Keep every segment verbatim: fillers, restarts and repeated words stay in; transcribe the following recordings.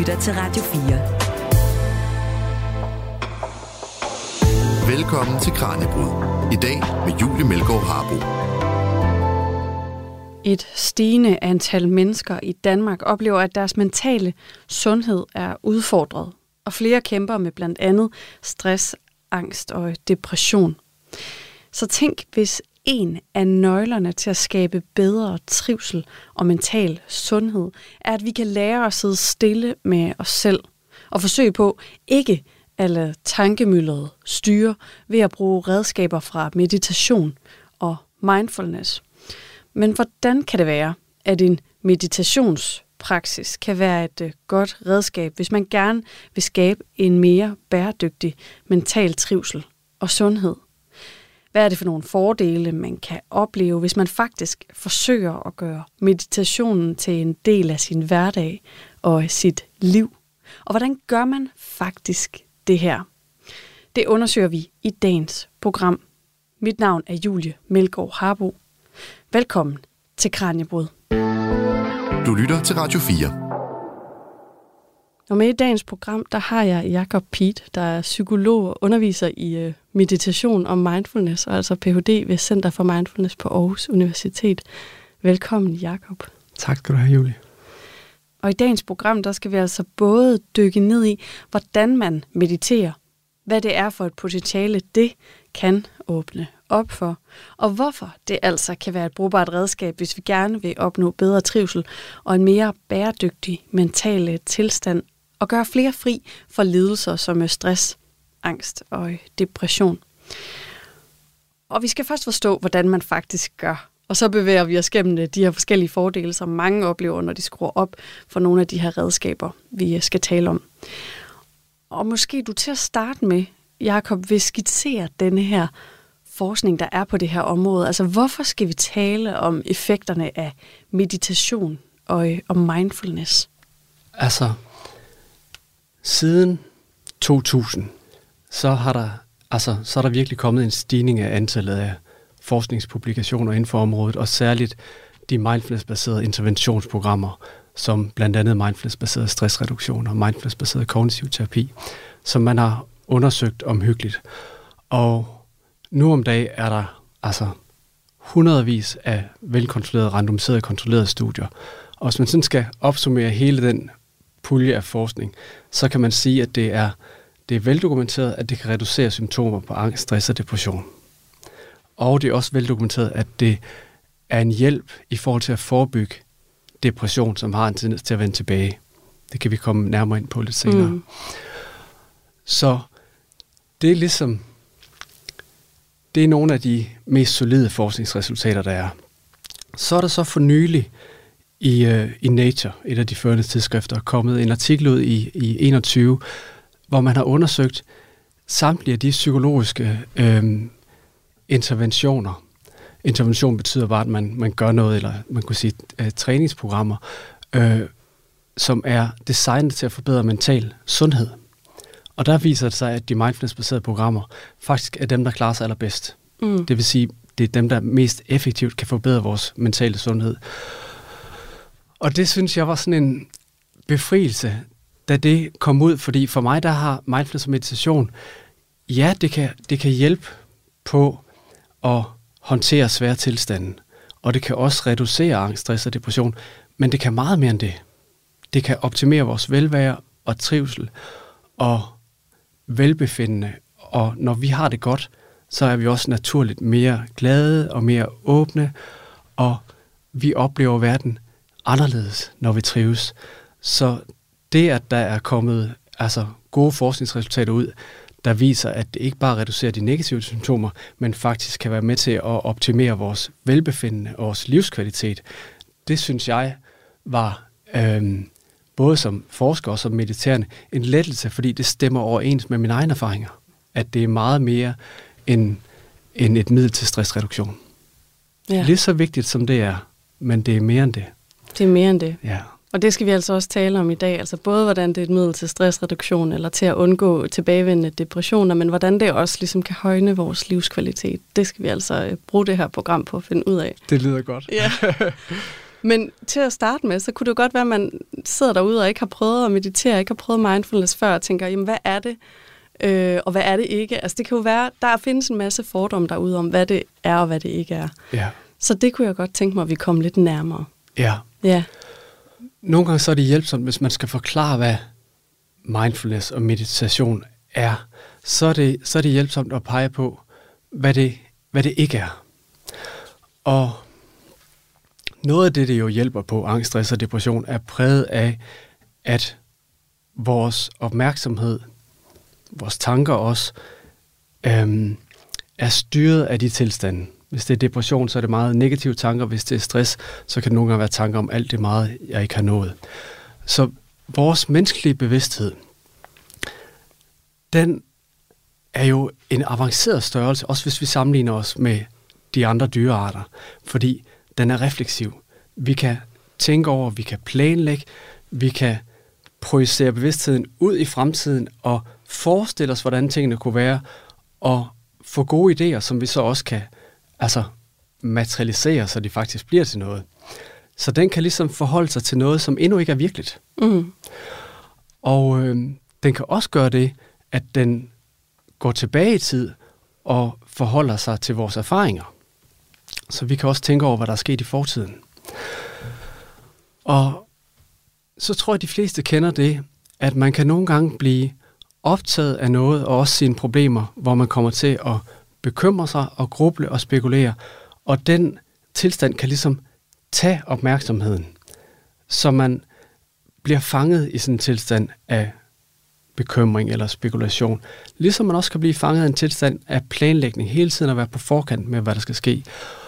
lytter til Radio fire. Velkommen til Kraniebrud. I dag med Julie Melgaard Harbo. Et stigende antal mennesker i Danmark oplever, at deres mentale sundhed er udfordret, og flere kæmper med blandt andet stress, angst og depression. Så tænk, hvis en af nøglerne til at skabe bedre trivsel og mental sundhed er, at vi kan lære at sidde stille med os selv og forsøge på ikke at lade tankemyldret styre ved at bruge redskaber fra meditation og mindfulness. Men hvordan kan det være, at en meditationspraksis kan være et godt redskab, hvis man gerne vil skabe en mere bæredygtig mental trivsel og sundhed? Hvad er det for nogle fordele, man kan opleve, hvis man faktisk forsøger at gøre meditationen til en del af sin hverdag og sit liv? Og hvordan gør man faktisk det her? Det undersøger vi i dagens program. Mit navn er Julie Melgaard Harbo. Velkommen til Kraniebrud. Du lytter til Radio fire. Og med i dagens program, der har jeg Jacob Piet, der er psykolog og underviser i meditation og mindfulness, og altså P H D ved Center for Mindfulness på Aarhus Universitet. Velkommen, Jacob. Tak skal du have, Julie. Og i dagens program, der skal vi altså både dykke ned i, hvordan man mediterer, hvad det er for et potentiale, det kan åbne op for, og hvorfor det altså kan være et brugbart redskab, hvis vi gerne vil opnå bedre trivsel og en mere bæredygtig mental tilstand, og gøre flere fri for lidelser som stress, angst og depression. Og vi skal først forstå, hvordan man faktisk gør, og så bevæger vi os gennem de her forskellige fordele, som mange oplever, når de skruer op for nogle af de her redskaber, vi skal tale om. Og måske du til at starte med, Jacob, vil skitsere denne her forskning, der er på det her område. Altså, hvorfor skal vi tale om effekterne af meditation og, og mindfulness? Altså, siden to tusind, så har der, altså, så er der virkelig kommet en stigning af antallet af forskningspublikationer inden for området, og særligt de mindfulness-baserede interventionsprogrammer, som blandt andet mindfulness-baseret stressreduktion og mindfulness-baseret kognitiv terapi, som man har undersøgt omhyggeligt. Og nu om dagen er der altså hundredvis af velkontrollerede, randomiserede, kontrollerede studier. Og hvis man sådan skal opsummere hele den pulje af forskning, så kan man sige, at det er, det er veldokumenteret, at det kan reducere symptomer på angst, stress og depression. Og det er også veldokumenteret, at det er en hjælp i forhold til at forebygge depression, som har en tendens til at vende tilbage. Det kan vi komme nærmere ind på lidt senere. Mm. Så det er ligesom, det er nogle af de mest solide forskningsresultater, der er. Så er der så for nylig i, uh, i Nature, et af de førende tidsskrifter, kommet en artikel ud i, i enogtyve, hvor man har undersøgt samtlige af de psykologiske øh, interventioner. Intervention betyder bare, at man, man gør noget, eller man kunne sige uh, træningsprogrammer, øh, som er designet til at forbedre mental sundhed. Og der viser det sig, at de mindfulness-baserede programmer faktisk er dem, der klarer sig allerbedst. Mm. Det vil sige, det er dem, der mest effektivt kan forbedre vores mentale sundhed. Og det synes jeg var sådan en befrielse, da det kom ud, fordi for mig, der har mindfulness og meditation, ja, det kan, det kan hjælpe på at håndtere svære tilstande, og det kan også reducere angst, stress og depression, men det kan meget mere end det. Det kan optimere vores velvære og trivsel og velbefindende, og når vi har det godt, så er vi også naturligt mere glade og mere åbne, og vi oplever verden anderledes, når vi trives. Så det, at der er kommet altså, gode forskningsresultater ud, der viser, at det ikke bare reducerer de negative symptomer, men faktisk kan være med til at optimere vores velbefindende og vores livskvalitet, det synes jeg var øhm, både som forsker og som mediterende en lettelse, fordi det stemmer overens med mine egne erfaringer, at det er meget mere end, end et middel til stressreduktion. Ja. Lige så vigtigt som det er, men det er mere end det. Det er mere end det. Ja. Og det skal vi altså også tale om i dag, altså både hvordan det er et middel til stressreduktion eller til at undgå tilbagevendende depressioner, men hvordan det også ligesom kan højne vores livskvalitet. Det skal vi altså bruge det her program på at finde ud af. Det lyder godt. Ja. Men til at starte med, så kunne det godt være, at man sidder derude og ikke har prøvet at meditere, ikke har prøvet mindfulness før, og tænker, jamen hvad er det, øh, og hvad er det ikke? Altså det kan jo være, der findes en masse fordomme derude om, hvad det er og hvad det ikke er. Ja. Så det kunne jeg godt tænke mig, at vi kom lidt nærmere. Ja. Ja. Nogle gange så er det hjælpsomt, hvis man skal forklare, hvad mindfulness og meditation er, så er det, så er det hjælpsomt at pege på, hvad det, hvad det ikke er. Og noget af det, det jo hjælper på angst, stress og depression, er præget af, at vores opmærksomhed, vores tanker også, øhm, er styret af de tilstande. Hvis det er depression, så er det meget negative tanker. Hvis det er stress, så kan det nogle gange være tanker om alt det meget, jeg ikke har nået. Så vores menneskelige bevidsthed, den er jo en avanceret størrelse, også hvis vi sammenligner os med de andre dyrearter, fordi den er refleksiv. Vi kan tænke over, vi kan planlægge, vi kan projicere bevidstheden ud i fremtiden og forestille os, hvordan tingene kunne være, og få gode idéer, som vi så også kan altså, materialisere, så de faktisk bliver til noget. Så den kan ligesom forholde sig til noget, som endnu ikke er virkeligt. Mm. Og øh, den kan også gøre det, at den går tilbage i tid og forholder sig til vores erfaringer. Så vi kan også tænke over, hvad der er sket i fortiden. Og så tror jeg, at de fleste kender det, at man kan nogle gange blive optaget af noget, og også sine problemer, hvor man kommer til at bekymre sig og gruble og spekulere. Og den tilstand kan ligesom tage opmærksomheden, så man bliver fanget i sådan en tilstand af bekymring eller spekulation. Ligesom man også kan blive fanget i en tilstand af planlægning, hele tiden at være på forkant med, hvad der skal ske.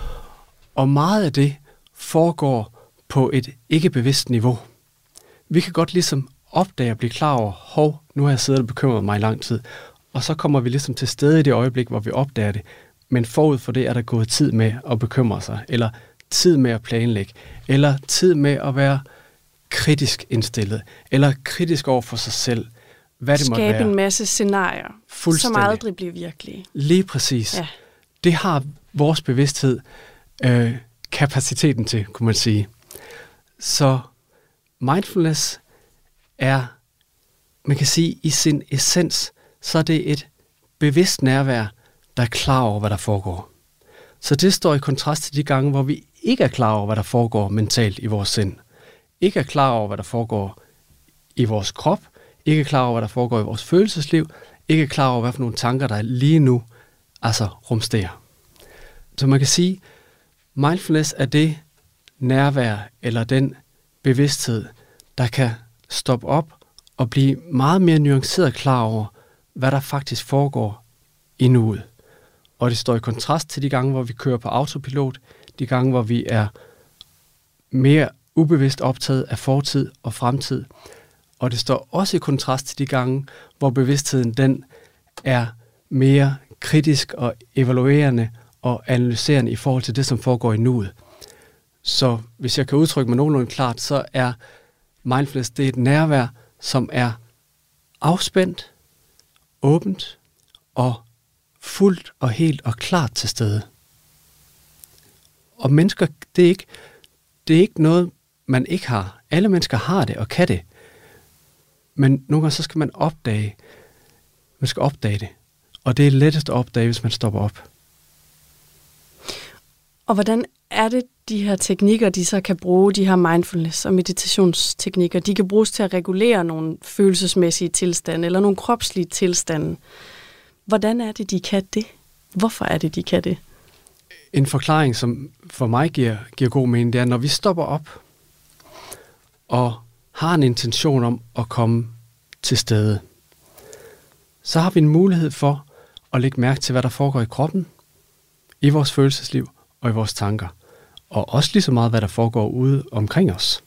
Og meget af det foregår på et ikke-bevidst niveau. Vi kan godt ligesom opdage og blive klar over, hov, nu har jeg siddet og bekymret mig i lang tid, og så kommer vi ligesom til stede i det øjeblik, hvor vi opdager det. Men forud for det er der gået tid med at bekymre sig, eller tid med at planlægge, eller tid med at være kritisk indstillet, eller kritisk over for sig selv, hvad det måtte være. Skabe en masse scenarier, som aldrig bliver virkelige. Lige præcis. Ja. Det har vores bevidsthed øh, kapaciteten til, kunne man sige. Så mindfulness er, man kan sige, i sin essens, så er det et bevidst nærvær, der er klar over, hvad der foregår. Så det står i kontrast til de gange, hvor vi ikke er klar over, hvad der foregår mentalt i vores sind. Ikke er klar over, hvad der foregår i vores krop. Ikke er klar over, hvad der foregår i vores følelsesliv. Ikke er klar over, hvad for nogle tanker, der lige nu altså rumsterer. Så man kan sige, mindfulness er det nærvær eller den bevidsthed, der kan stoppe op og blive meget mere nuanceret klar over, hvad der faktisk foregår i nuet. Og det står i kontrast til de gange, hvor vi kører på autopilot, de gange, hvor vi er mere ubevidst optaget af fortid og fremtid. Og det står også i kontrast til de gange, hvor bevidstheden den er mere kritisk og evaluerende og analyserende i forhold til det, som foregår i nuet. Så hvis jeg kan udtrykke mig nogenlunde klart, så er mindfulness det er et nærvær, som er afspændt, åbent og fuldt og helt og klart til stede. Og mennesker, det er ikke, det er ikke noget, man ikke har. Alle mennesker har det og kan det. Men nogle gange så skal man opdage, man skal opdage det. Og det er lettest at opdage, hvis man stopper op. Og hvordan er det, de her teknikker, de så kan bruge, de her mindfulness- og meditationsteknikker, de kan bruges til at regulere nogle følelsesmæssige tilstande eller nogle kropslige tilstande? Hvordan er det, de kan det? Hvorfor er det, de kan det? En forklaring, som for mig giver, giver god mening, det er, når vi stopper op og har en intention om at komme til stede, så har vi en mulighed for at lægge mærke til, hvad der foregår i kroppen, i vores følelsesliv og i vores tanker. Og også lige så meget, hvad der foregår ude omkring os.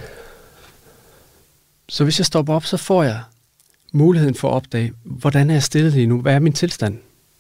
Så hvis jeg stopper op, så får jeg muligheden for at opdage, hvordan er jeg stillet lige nu? Hvad er min tilstand?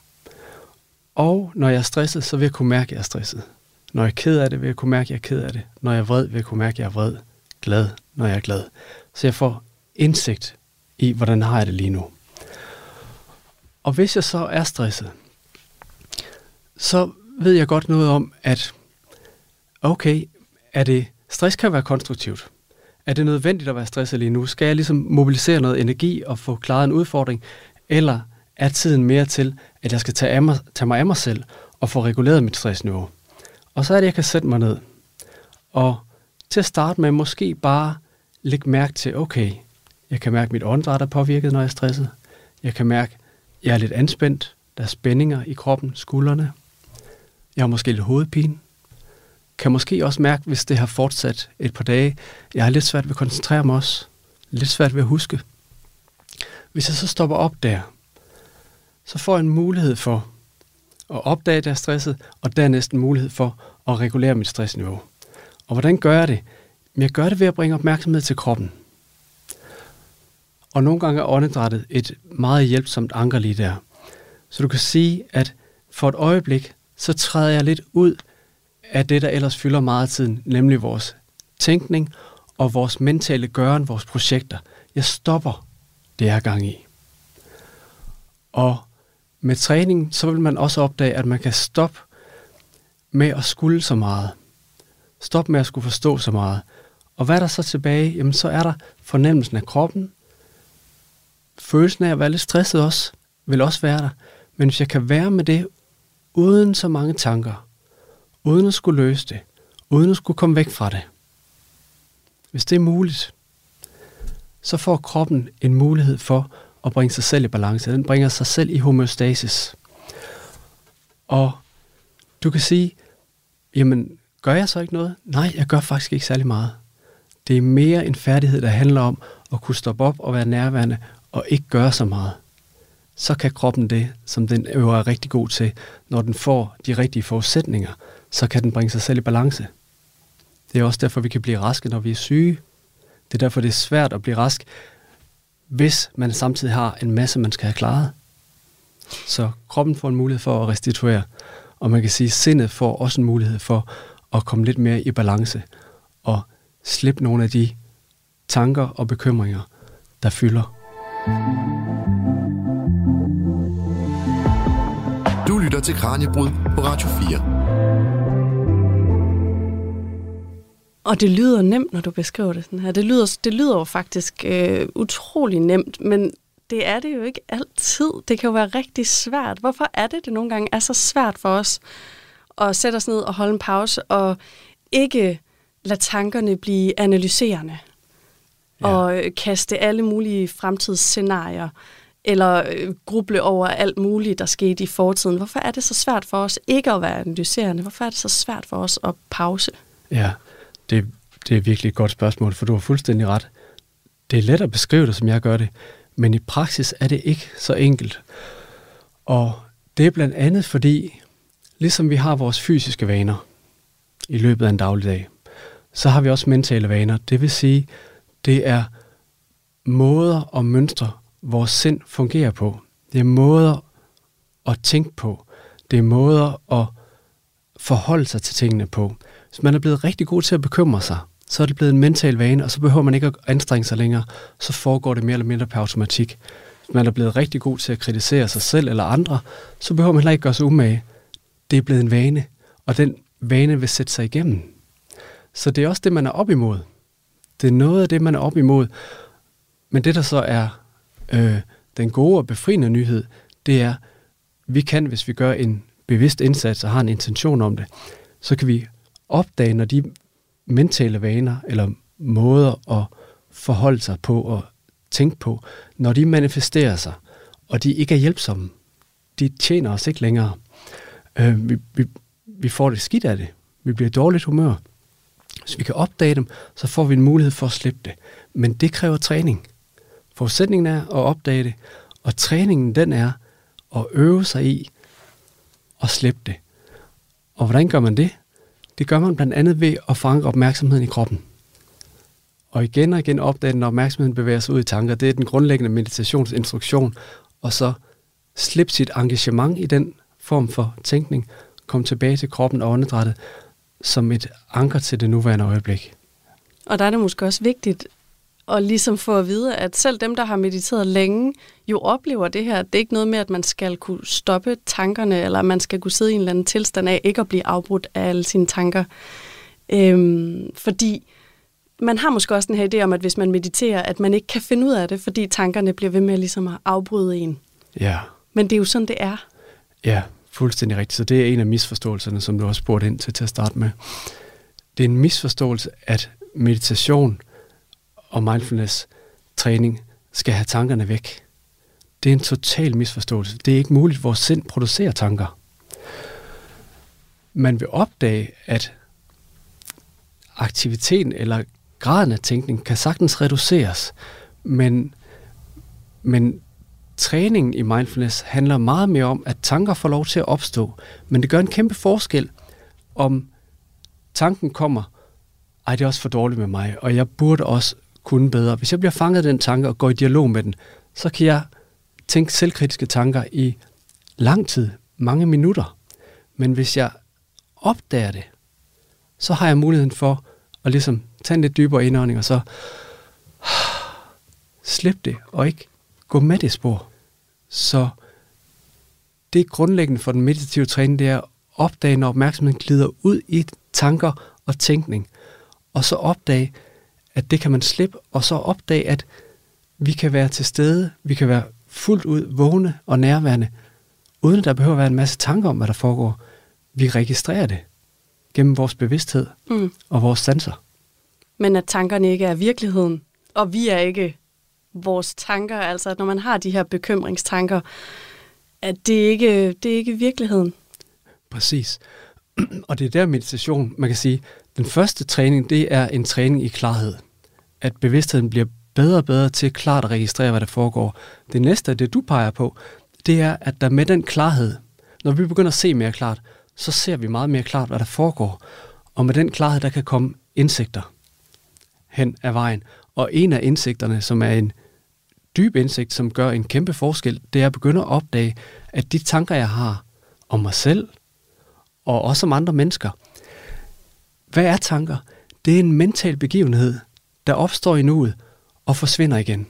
Og når jeg er stresset, så vil jeg kunne mærke, at jeg er stresset. Når jeg er ked af det, vil jeg kunne mærke, at jeg er ked af det. Når jeg er vred, vil jeg kunne mærke, at jeg er vred. Glad, når jeg er glad. Så jeg får indsigt i, hvordan har jeg det lige nu. Og hvis jeg så er stresset, så ved jeg godt noget om, at okay, er det stress kan være konstruktivt. Er det nødvendigt at være stresset lige nu? Skal jeg ligesom mobilisere noget energi og få klaret en udfordring? Eller er tiden mere til, at jeg skal tage, af mig, tage mig af mig selv og få reguleret mit stressniveau? Og så er det, at jeg kan sætte mig ned. Og til at starte med måske bare lægge mærke til, okay, jeg kan mærke, at mit åndedræt er påvirket, når jeg er stresset. Jeg kan mærke, at jeg er lidt anspændt. Der er spændinger i kroppen, skuldrene. Jeg har måske lidt hovedpine. Kan måske også mærke, hvis det har fortsat et par dage, jeg har lidt svært ved at koncentrere mig også. Lidt svært ved at huske. Hvis jeg så stopper op der, så får jeg en mulighed for at opdage, at jeg er stresset, og dernæst en mulighed for at regulere mit stressniveau. Og hvordan gør jeg det? Jeg gør det ved at bringe opmærksomhed til kroppen. Og nogle gange er åndedrættet et meget hjælpsomt anker lige der. Så du kan sige, at for et øjeblik, så træder jeg lidt ud af det, der ellers fylder meget af tiden, nemlig vores tænkning og vores mentale gøren, vores projekter. Jeg stopper det, jeg har gang i. Og med træning, så vil man også opdage, at man kan stoppe med at skulle så meget. Stop med at skulle forstå så meget. Og hvad er der så tilbage? Jamen, så er der fornemmelsen af kroppen. Følelsen af at være lidt stresset også, vil også være der. Men hvis jeg kan være med det, uden så mange tanker, uden at skulle løse det, uden at skulle komme væk fra det. Hvis det er muligt, så får kroppen en mulighed for at bringe sig selv i balance. Den bringer sig selv i homeostasis. Og du kan sige, jamen, gør jeg så ikke noget? Nej, jeg gør faktisk ikke særlig meget. Det er mere en færdighed, der handler om at kunne stoppe op og være nærværende og ikke gøre så meget. Så kan kroppen det, som den øver er rigtig god til. Når den får de rigtige forudsætninger, så kan den bringe sig selv i balance. Det er også derfor, vi kan blive raske, når vi er syge. Det er derfor, det er svært at blive rask, hvis man samtidig har en masse, man skal have klaret. Så kroppen får en mulighed for at restituere, og man kan sige, at sindet får også en mulighed for at komme lidt mere i balance og slippe nogle af de tanker og bekymringer, der fylder. Du lytter til Kraniebrud på Radio fire. Og det lyder nemt, når du beskriver det sådan her. Det lyder, det lyder jo faktisk øh, utrolig nemt, men det er det jo ikke altid. Det kan jo være rigtig svært. Hvorfor er det, det nogle gange er så svært for os at sætte os ned og holde en pause og ikke lade tankerne blive analyserende ja. og øh, kaste alle mulige fremtidsscenarier eller øh, gruble over alt muligt, der skete i fortiden. Hvorfor er det så svært for os ikke at være analyserende? Hvorfor er det så svært for os at pause? Ja, det, det er virkelig et godt spørgsmål, for du har fuldstændig ret. Det er let at beskrive det, som jeg gør det, men i praksis er det ikke så enkelt. Og det er blandt andet fordi, ligesom vi har vores fysiske vaner i løbet af en dagligdag, så har vi også mentale vaner. Det vil sige, det er måder og mønstre, vores sind fungerer på. Det er måder at tænke på. Det er måder at forholde sig til tingene på. Hvis man er blevet rigtig god til at bekymre sig, så er det blevet en mental vane, og så behøver man ikke at anstrenge sig længere. Så foregår det mere eller mindre på automatik. Hvis man er blevet rigtig god til at kritisere sig selv eller andre, så behøver man heller ikke gøre sig umage. Det er blevet en vane, og den vane vil sætte sig igennem. Så det er også det, man er op imod. Det er noget af det, man er op imod. Men det, der så er øh, den gode og befriende nyhed, det er, vi kan, hvis vi gør en bevidst indsats og har en intention om det, så kan vi opdage, når de mentale vaner eller måder at forholde sig på og tænke på, når de manifesterer sig, og de ikke er hjælpsomme, de tjener os ikke længere. Øh, vi, vi, vi får det skidt af det. Vi bliver dårligt humør. Hvis vi kan opdage dem, så får vi en mulighed for at slippe det. Men det kræver træning. Forudsætningen er at opdage det, og træningen den er at øve sig i at slippe det. Og hvordan gør man det? Det gør man blandt andet ved at fange opmærksomheden i kroppen. Og igen og igen opdage, når opmærksomheden bevæger sig ud i tanker. Det er den grundlæggende meditationsinstruktion. Og så slippe sit engagement i den form for tænkning. Kom tilbage til kroppen og åndedrættet som et anker til det nuværende øjeblik. Og der er det måske også vigtigt at ligesom få at vide, at selv dem, der har mediteret længe, jo oplever det her. Det er ikke noget med, at man skal kunne stoppe tankerne, eller man skal kunne sidde i en eller anden tilstand af ikke at blive afbrudt af alle sine tanker. Øhm, fordi man har måske også den her idé om, at hvis man mediterer, at man ikke kan finde ud af det, fordi tankerne bliver ved med ligesom at afbryde en. Ja. Men det er jo sådan, det er. Ja, fuldstændig rigtigt. Så det er en af misforståelserne, som du også spurgte ind til til at starte med. Det er en misforståelse, at meditation og mindfulness-træning skal have tankerne væk. Det er en total misforståelse. Det er ikke muligt, at vores sind producerer tanker. Man vil opdage, at aktiviteten eller graden af tænkning kan sagtens reduceres, men, men træningen i mindfulness handler meget mere om, at tanker får lov til at opstå, men det gør en kæmpe forskel, om tanken kommer, ej, det er også for dårligt med mig, og jeg burde også kunne bedre. Hvis jeg bliver fanget af den tanke og går i dialog med den, så kan jeg tænke selvkritiske tanker i lang tid, mange minutter. Men hvis jeg opdager det, så har jeg muligheden for at ligesom tage en lidt dybere indånding, og så slippe det, og ikke gå med det spor. Så det er grundlæggende for den meditative træning, det er at opdage, når opmærksomheden glider ud i tanker og tænkning, og så opdage, at det kan man slippe, og så opdage, at vi kan være til stede, vi kan være fuldt ud vågne og nærværende, uden at der behøver at være en masse tanker om, hvad der foregår. Vi registrerer det gennem vores bevidsthed mm. og vores sanser. Men at tankerne ikke er virkeligheden, og vi er ikke vores tanker, altså at når man har de her bekymringstanker, at det ikke det er ikke virkeligheden. Præcis. Og det er der meditation, man kan sige, den første træning, det er en træning i klarhed. At bevidstheden bliver bedre og bedre til klart at registrere, hvad der foregår. Det næste, det du peger på, det er, at der med den klarhed, når vi begynder at se mere klart, så ser vi meget mere klart, hvad der foregår. Og med den klarhed, der kan komme indsigter hen ad vejen. Og en af indsigterne, som er en dyb indsigt, som gør en kæmpe forskel, det er at begynde at opdage, at de tanker, jeg har om mig selv, og også om andre mennesker, hvad er tanker? Det er en mental begivenhed, der opstår i nuet og forsvinder igen.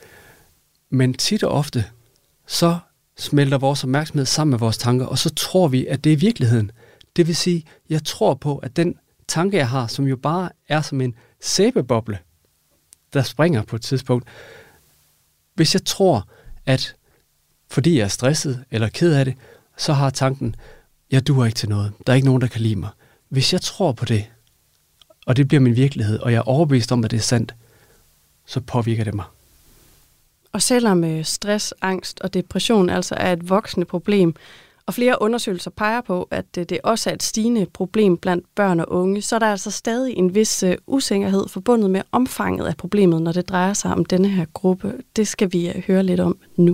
Men tit og ofte, så smelter vores opmærksomhed sammen med vores tanker, og så tror vi, at det er virkeligheden. Det vil sige, jeg tror på, at den tanke, jeg har, som jo bare er som en sæbeboble, der springer på et tidspunkt. Hvis jeg tror, at fordi jeg er stresset eller ked af det, så har tanken, jeg duer ikke til noget. Der er ikke nogen, der kan lide mig. Hvis jeg tror på det, og det bliver min virkelighed, og jeg er overbevist om, at det er sandt, så påvirker det mig. Og selvom stress, angst og depression altså er et voksende problem, og flere undersøgelser peger på, at det også er et stigende problem blandt børn og unge, så er der altså stadig en vis usikkerhed forbundet med omfanget af problemet, når det drejer sig om denne her gruppe. Det skal vi høre lidt om nu.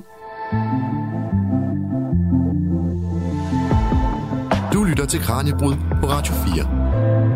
Du lytter til Kraniebrud på Radio fire.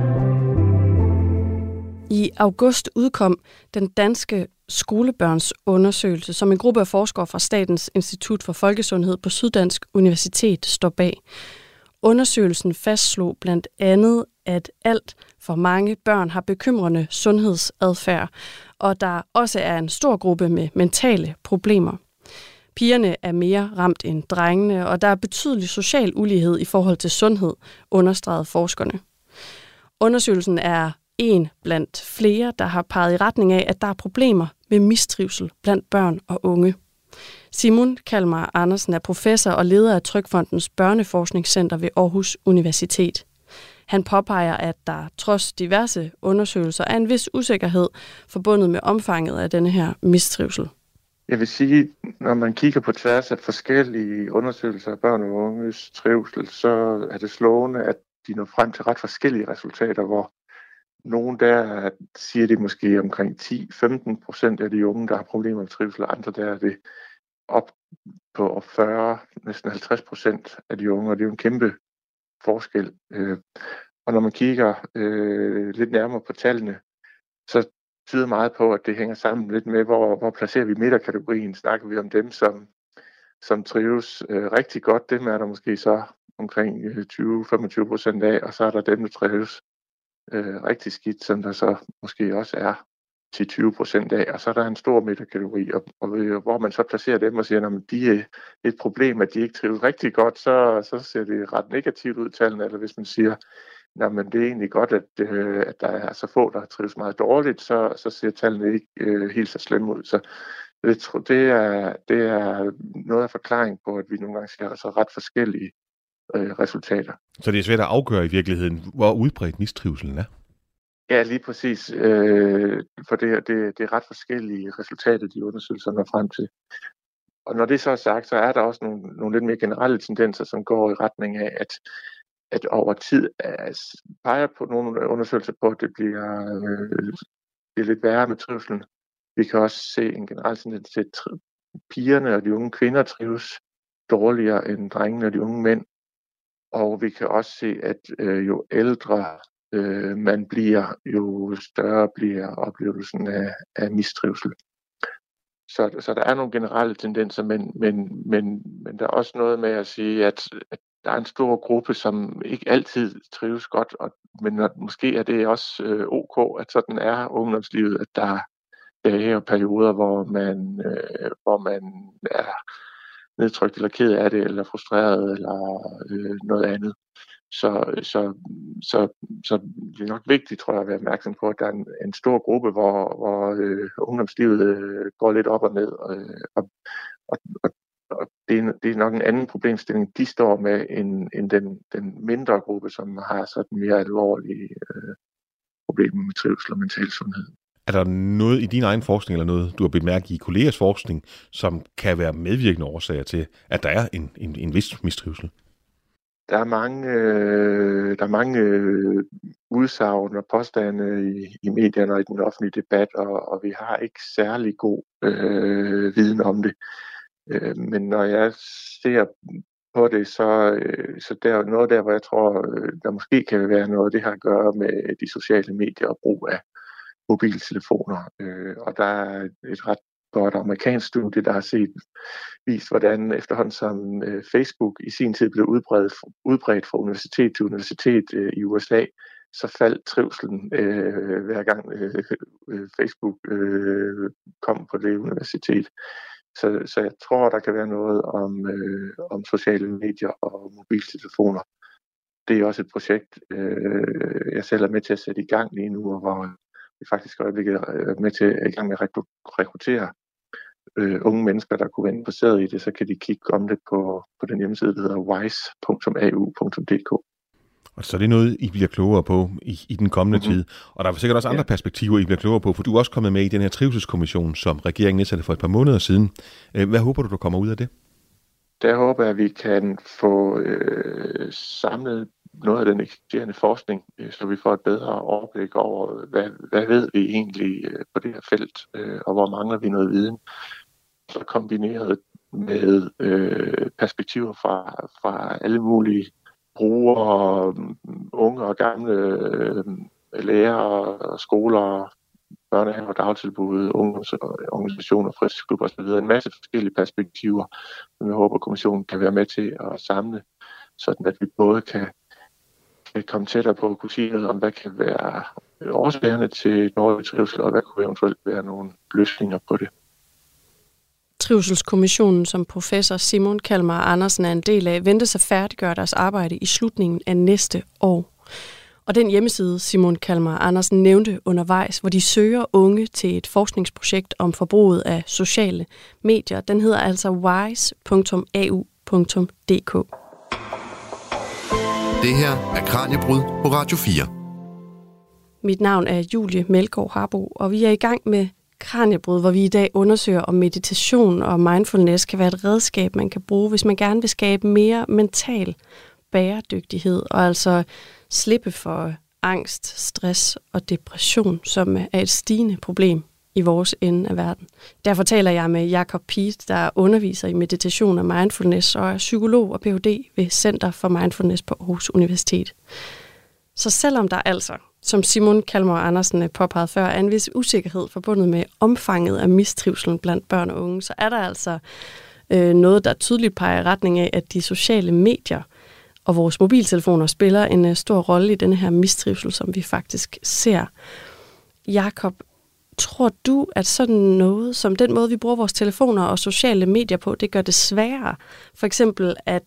I august udkom den danske skolebørnsundersøgelse, som en gruppe af forskere fra Statens Institut for Folkesundhed på Syddansk Universitet står bag. Undersøgelsen fastslog blandt andet, at alt for mange børn har bekymrende sundhedsadfærd, og der også er en stor gruppe med mentale problemer. Pigerne er mere ramt end drengene, og der er betydelig social ulighed i forhold til sundhed, understregede forskerne. Undersøgelsen er en blandt flere, der har peget i retning af, at der er problemer med mistrivsel blandt børn og unge. Simon Kalmar Andersen er professor og leder af Trygfondens Børneforskningscenter ved Aarhus Universitet. Han påpeger, at der trods diverse undersøgelser er en vis usikkerhed forbundet med omfanget af denne her mistrivsel. Jeg vil sige, når man kigger på tværs af forskellige undersøgelser af børn og unges trivsel, så er det slående, at de når frem til ret forskellige resultater, hvor nogle der siger det måske omkring ti til femten procent af de unge, der har problemer med trivsel, og andre der er det op på fyrre, næsten halvtreds procent af de unge, og det er jo en kæmpe forskel. Og når man kigger øh, lidt nærmere på tallene, så tyder meget på, at det hænger sammen lidt med, hvor, hvor placerer vi midterkategorien. Snakker vi om dem, som, som trives øh, rigtig godt, dem er der måske så omkring tyve til femogtyve procent af, og så er der dem, der trives øh, rigtig skidt, som der så måske også er til tyve procent af, og så er der en stor midterkategori, og, og hvor man så placerer dem og siger, at de er et problem, at de ikke trives rigtig godt, så, så ser det ret negativt ud tallene, eller hvis man siger, nej, men det er egentlig godt, at, øh, at der er så få, der trives meget dårligt, så, så ser tallene ikke øh, helt så slemme ud. Så det, det, er, det er noget af forklaring på, at vi nogle gange ser altså ret forskellige øh, resultater. Så det er svært at afgøre i virkeligheden, hvor udbredt mistrivselen er? Ja, lige præcis. Øh, for det, det, det er ret forskellige resultater, de undersøgelser når frem til. Og når det så er sagt, så er der også nogle, nogle lidt mere generelle tendenser, som går i retning af, at, at over tid altså, peger på nogle undersøgelser på, at det bliver, øh, bliver lidt værre med trivselen. Vi kan også se en generel tendens til, at pigerne og de unge kvinder trives dårligere end drengene og de unge mænd. Og vi kan også se, at øh, jo ældre øh, man bliver, jo større bliver oplevelsen af, af mistrivsel. Så, så der er nogle generelle tendenser, men, men, men, men der er også noget med at sige, at, at der er en stor gruppe, som ikke altid trives godt, og, men at måske er det også øh, ok, at sådan er ungdomslivet, at der er perioder, hvor man, øh, hvor man er nedtrykt eller ked af det, eller frustreret, eller øh, noget andet. Så, så, så, så det er nok vigtigt, tror jeg, at være opmærksom på, at der er en, en stor gruppe, hvor, hvor øh, ungdomslivet øh, går lidt op og ned. Øh, og, og, og, og det, er, det er nok en anden problemstilling, de står med, end, end den, den mindre gruppe, som har sådan mere alvorlige øh, problemer med trivsel og mental sundhed. Er der noget i din egen forskning, eller noget, du har bemærket i kollegers forskning, som kan være medvirkende årsager til, at der er en, en, en vis mistrivsel? Der er mange, øh, der er mange øh, udsagn og påstande i, i medierne og i den offentlige debat, og, og vi har ikke særlig god øh, viden om det. Øh, men når jeg ser på det, så, øh, så der er noget der, hvor jeg tror, øh, der måske kan være noget, det har at gøre med de sociale medier og brug af mobiltelefoner. Øh, og der er et ret godt amerikansk studie, der har set vist, hvordan efterhånden som øh, Facebook i sin tid blev udbredt, udbredt fra universitet til universitet øh, i U S A, så faldt trivselen øh, hver gang øh, øh, Facebook øh, kom på det universitet. Så, så jeg tror, der kan være noget om, øh, om sociale medier og mobiltelefoner. Det er også et projekt, øh, jeg selv er med til at sætte i gang lige nu, og hvor vi faktisk øjeblikket er med til at i gang med at rekruttere øh, unge mennesker, der kunne være interesseret i det, så kan de kigge om det på, på den hjemmeside, der hedder wise punktum a u punktum d k. Og så er det noget, I bliver klogere på i, i den kommende mm-hmm. tid. Og der er sikkert også andre ja. perspektiver, I bliver klogere på, for du er også kommet med i den her trivselskommission, som regeringen nedsatte for et par måneder siden. Hvad håber du, der kommer ud af det? Der håber jeg, at vi kan få øh, samlet noget af den eksisterende forskning, øh, så vi får et bedre overblik over, hvad, hvad ved vi egentlig øh, på det her felt, øh, og hvor mangler vi noget viden. Så kombineret med øh, perspektiver fra, fra alle mulige brugere, unge og gamle øh, lærere, skoler, børnehaver, dagtilbud, ungdomsorganisationer, fritidsklubber osv. En masse forskellige perspektiver, som jeg håber, kommissionen kan være med til at samle, sådan at vi både kan, kan komme tættere på at kunne sige noget om, hvad kan være årsagerne til dårlig trivsel, og hvad kunne eventuelt være nogle løsninger på det. Trivselskommissionen, som professor Simon Kalmar Andersen er en del af, ventes at færdiggøre deres arbejde i slutningen af næste år. Og den hjemmeside, Simon Kalmar Andersen nævnte undervejs, hvor de søger unge til et forskningsprojekt om forbruget af sociale medier, den hedder altså wise punktum a u punktum d k. Det her er Kraniebrud på Radio fire. Mit navn er Julie Melgaard Harbo, og vi er i gang med Kraniebrud, hvor vi i dag undersøger, om meditation og mindfulness kan være et redskab, man kan bruge, hvis man gerne vil skabe mere mental bæredygtighed, og altså slippe for angst, stress og depression, som er et stigende problem i vores ende af verden. Derfor taler jeg med Jacob Piet, der underviser i meditation og mindfulness og er psykolog og P H D ved Center for Mindfulness på Aarhus Universitet. Så selvom der altså, som Simon Kalmar Andersen påpegede før, er en vis usikkerhed forbundet med omfanget af mistrivselen blandt børn og unge, så er der altså øh, noget, der tydeligt peger i retning af, at de sociale medier og vores mobiltelefoner spiller en uh, stor rolle i denne her mistrivsel, som vi faktisk ser. Jakob, tror du, at sådan noget, som den måde, vi bruger vores telefoner og sociale medier på, det gør det sværere? For eksempel at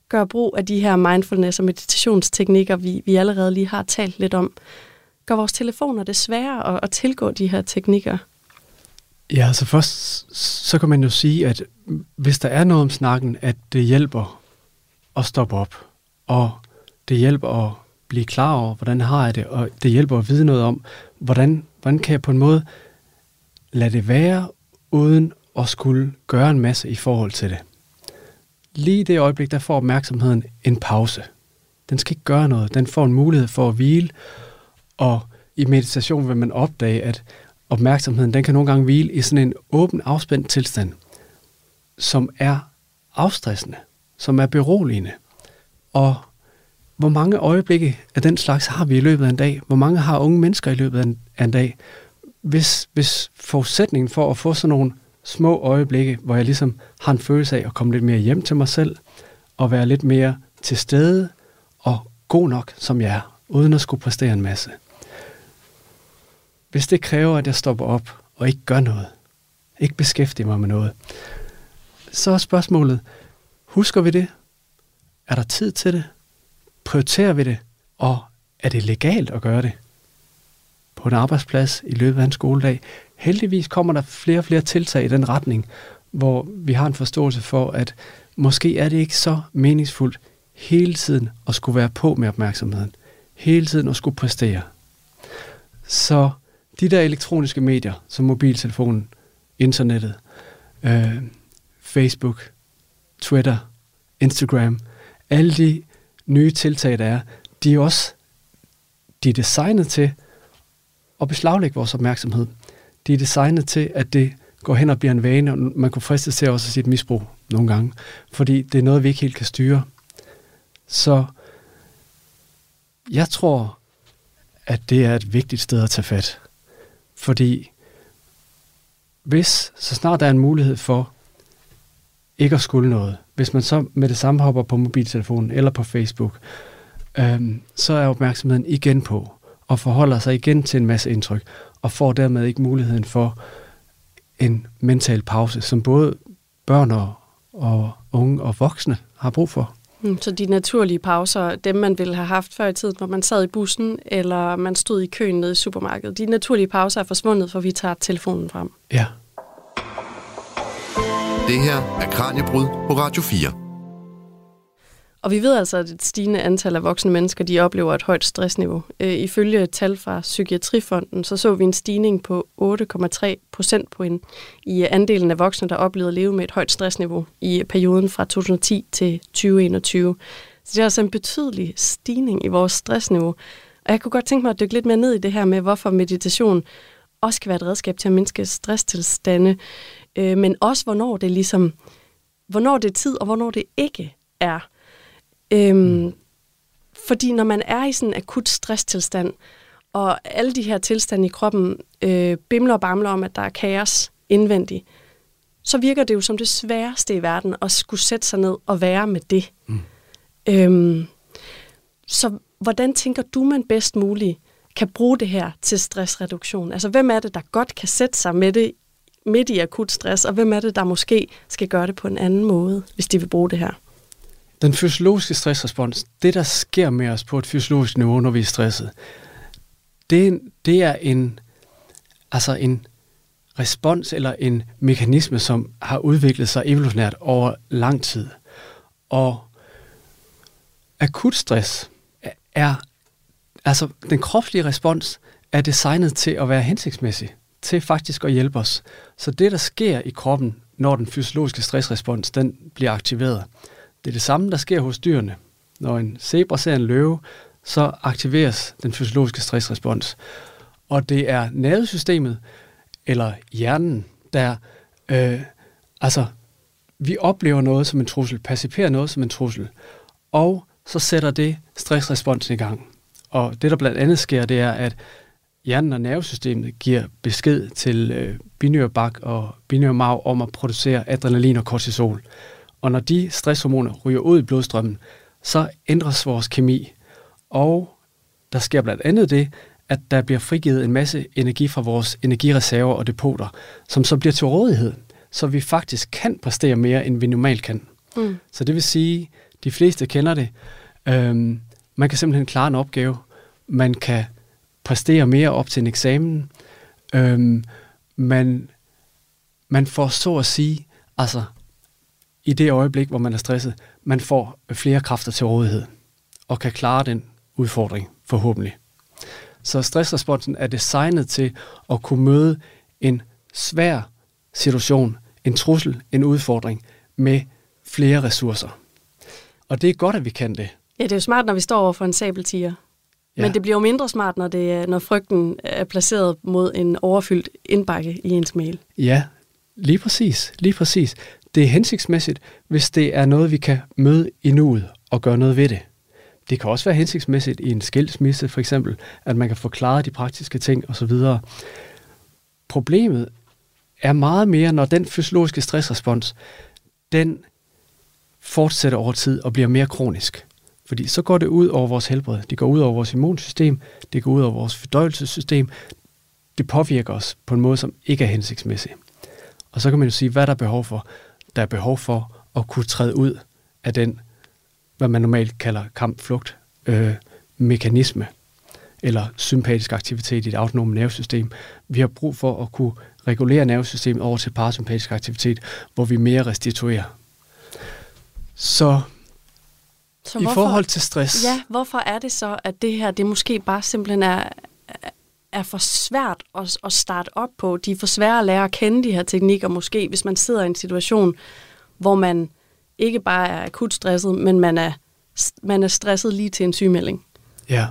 gøre brug af de her mindfulness- og meditationsteknikker, vi, vi allerede lige har talt lidt om? Gør vores telefoner det sværere at, at tilgå de her teknikker? Ja, altså først, så kan man jo sige, at hvis der er noget om snakken, at det hjælper at stoppe op, og det hjælper at blive klar over, hvordan har jeg det, og det hjælper at vide noget om, hvordan, hvordan kan jeg på en måde lade det være, uden at skulle gøre en masse i forhold til det. Lige i det øjeblik, der får opmærksomheden en pause. Den skal ikke gøre noget. Den får en mulighed for at hvile, og i meditation vil man opdage, at opmærksomheden, den kan nogle gange hvile i sådan en åben, afspændt tilstand, som er afstressende, som er beroligende. Og hvor mange øjeblikke af den slags har vi i løbet af en dag? Hvor mange har unge mennesker i løbet af en, af en dag? Hvis, hvis forudsætningen for at få sådan nogle små øjeblikke, hvor jeg ligesom har en følelse af at komme lidt mere hjem til mig selv, og være lidt mere til stede og god nok, som jeg er, uden at skulle præstere en masse. Hvis det kræver, at jeg stopper op og ikke gør noget, ikke beskæftiger mig med noget, så er spørgsmålet, husker vi det? Er der tid til det? Prioriterer vi det? Og er det legalt at gøre det? På en arbejdsplads i løbet af en skoledag. Heldigvis kommer der flere og flere tiltag i den retning, hvor vi har en forståelse for, at måske er det ikke så meningsfuldt hele tiden at skulle være på med opmærksomheden. Hele tiden at skulle præstere. Så de der elektroniske medier, som mobiltelefonen, internettet, øh, Facebook, Twitter, Instagram, alle de nye tiltag, der er, de er også de er designet til at beslaglægge vores opmærksomhed. De er designet til, at det går hen og bliver en vane, og man kunne fristes til også at sige et misbrug nogle gange, fordi det er noget, vi ikke helt kan styre. Så jeg tror, at det er et vigtigt sted at tage fat. Fordi hvis, så snart der er en mulighed for ikke at skulle noget, hvis man så med det samme hopper på mobiltelefonen eller på Facebook, øhm, så er opmærksomheden igen på, og forholder sig igen til en masse indtryk, og får dermed ikke muligheden for en mental pause, som både børn og, og unge og voksne har brug for. Så de naturlige pauser, dem man ville have haft før i tiden, hvor man sad i bussen, eller man stod i køen nede i supermarkedet, de naturlige pauser er forsvundet, for vi tager telefonen frem. Ja. Det her er Kraniebrud på Radio fire. Og vi ved altså, at et stigende antal af voksne mennesker, de oplever et højt stressniveau. Øh, ifølge tal fra Psykiatrifonden, så så vi en stigning på otte komma tre procentpoint i andelen af voksne, der oplevede at leve med et højt stressniveau i perioden fra to tusind og ti til tyve enogtyve. Så det er altså en betydelig stigning i vores stressniveau. Og jeg kunne godt tænke mig at dykke lidt mere ned i det her med, hvorfor meditation også kan være et redskab til at mindske stresstilstande, øh, men også hvornår det ligesom, hvornår det er tid, og hvornår det ikke er. Øhm, fordi når man er i sådan en akut stresstilstand, og alle de her tilstande i kroppen øh, bimler og bamler om, at der er kaos indvendigt, så virker det jo som det sværeste i verden at skulle sætte sig ned og være med det. Mm. Øhm, så hvordan tænker du, man bedst muligt kan bruge det her til stressreduktion? Altså, hvem er det, der godt kan sætte sig med det midt i akut stress, og hvem er det, der måske skal gøre det på en anden måde, hvis de vil bruge det her? Den fysiologiske stressrespons, det der sker med os på et fysiologisk niveau, når vi er stresset, det, det er en, altså en respons eller en mekanisme, som har udviklet sig evolutionært over lang tid. Og akut stress er, altså den kropslige respons er designet til at være hensigtsmæssig, til faktisk at hjælpe os. Så det, der sker i kroppen, når den fysiologiske stressrespons, den bliver aktiveret, det er det samme, der sker hos dyrene. Når en zebra ser en løve, så aktiveres den fysiologiske stressrespons. Og det er nervesystemet, eller hjernen, der, øh, altså, vi oplever noget som en trussel, perciperer noget som en trussel, og så sætter det stressresponsen i gang. Og det, der blandt andet sker, det er, at hjernen og nervesystemet giver besked til øh, binyrebak og binyrmarv om at producere adrenalin og kortisol. Og når de stresshormoner ryger ud i blodstrømmen, så ændres vores kemi. Og der sker blandt andet det, at der bliver frigivet en masse energi fra vores energireserver og depoter, som så bliver til rådighed, så vi faktisk kan præstere mere, end vi normalt kan. Mm. Så det vil sige, De fleste kender det. Øhm, man kan simpelthen klare en opgave. Man kan præstere mere op til en eksamen. Øhm, man, man får så at sige, altså i det øjeblik, hvor man er stresset, man får flere kræfter til rådighed og kan klare den udfordring, forhåbentlig. Så stressresponsen er designet til at kunne møde en svær situation, en trussel, en udfordring med flere ressourcer. Og det er godt, at vi kan det. Ja, det er jo smart, når vi står over for en sabeltiger. Ja. Men det bliver jo mindre smart, når, det er, når frygten er placeret mod en overfyldt indbakke i ens mail. Ja, lige præcis. Lige præcis. Det er hensigtsmæssigt, hvis det er noget, vi kan møde i nuet og gøre noget ved det. Det kan også være hensigtsmæssigt i en skilsmisse, for eksempel, at man kan forklare de praktiske ting osv. Problemet er meget mere, når den fysiologiske stressrespons, den fortsætter over tid og bliver mere kronisk. Fordi så går det ud over vores helbred. Det går ud over vores immunsystem. Det går ud over vores fordøjelsessystem. Det påvirker os på en måde, som ikke er hensigtsmæssig. Og så kan man jo sige, hvad der er behov for. Der er behov for at kunne træde ud af den, hvad man normalt kalder kamp-flugt øh, mekanisme, eller sympatisk aktivitet i det autonome nervesystem. Vi har brug for at kunne regulere nervesystemet over til parasympatisk aktivitet, hvor vi mere restituerer. Så, så i hvorfor, forhold til stress... Ja, hvorfor er det så, at det her, det måske bare simpelthen er, er for svært at, at starte op på? De er for svære at lære at kende de her teknikker, måske, hvis man sidder i en situation, hvor man ikke bare er akut stresset, men man er, man er stresset lige til en sygemelding. Ja.